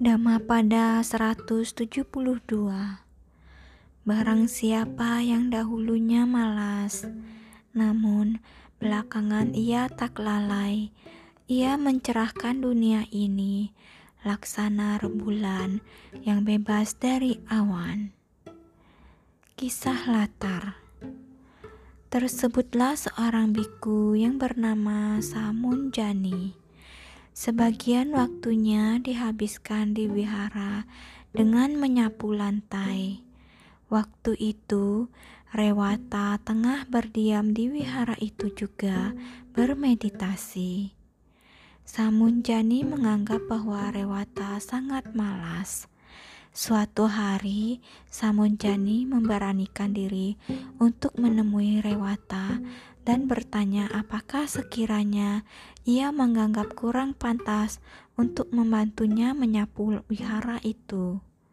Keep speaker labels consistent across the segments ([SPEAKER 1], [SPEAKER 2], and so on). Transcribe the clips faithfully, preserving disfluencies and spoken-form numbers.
[SPEAKER 1] Dhammapada seratus tujuh puluh dua. Barang siapa yang dahulunya malas, namun belakangan ia tak lalai, ia mencerahkan dunia ini, laksana rembulan yang bebas dari awan. Kisah latar. Tersebutlah seorang biku yang bernama Samunjani. Sebagian waktunya dihabiskan di wihara dengan menyapu lantai. Waktu itu, Rewata tengah berdiam di wihara itu juga bermeditasi. Samunjani menganggap bahwa Rewata sangat malas. Suatu hari, Samunjani memberanikan diri untuk menemui Rewata dan bertanya apakah sekiranya ia menganggap kurang pantas untuk membantunya menyapu wihara itu.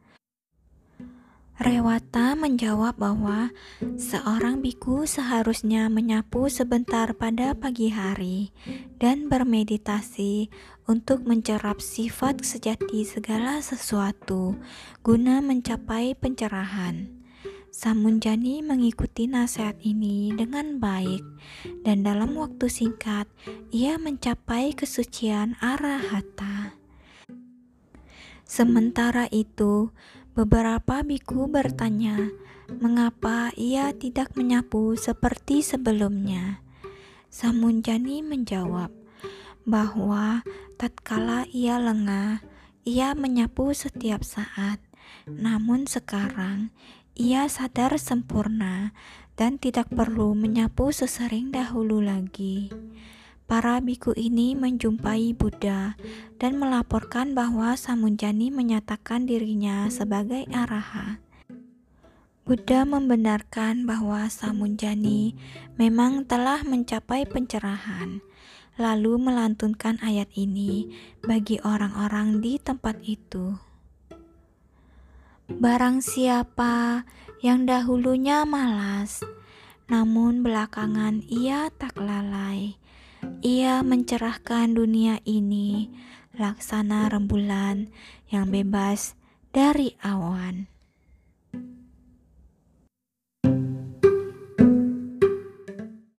[SPEAKER 1] Rewata menjawab bahwa seorang biku seharusnya menyapu sebentar pada pagi hari dan bermeditasi untuk mencerap sifat sejati segala sesuatu guna mencapai pencerahan. Samunjani mengikuti nasihat ini dengan baik dan dalam waktu singkat ia mencapai kesucian arahata. Sementara itu, beberapa biku bertanya mengapa ia tidak menyapu seperti sebelumnya. Samunjani menjawab bahwa tatkala ia lengah, ia menyapu setiap saat, namun sekarang ia sadar sempurna dan tidak perlu menyapu sesering dahulu lagi. Para biku ini menjumpai Buddha dan melaporkan bahwa Samunjani menyatakan dirinya sebagai arahat. Buddha membenarkan bahwa Samunjani memang telah mencapai pencerahan, lalu melantunkan ayat ini bagi orang-orang di tempat itu. Barang siapa yang dahulunya malas, namun belakangan ia tak lalai, ia mencerahkan dunia ini, laksana rembulan yang bebas dari awan.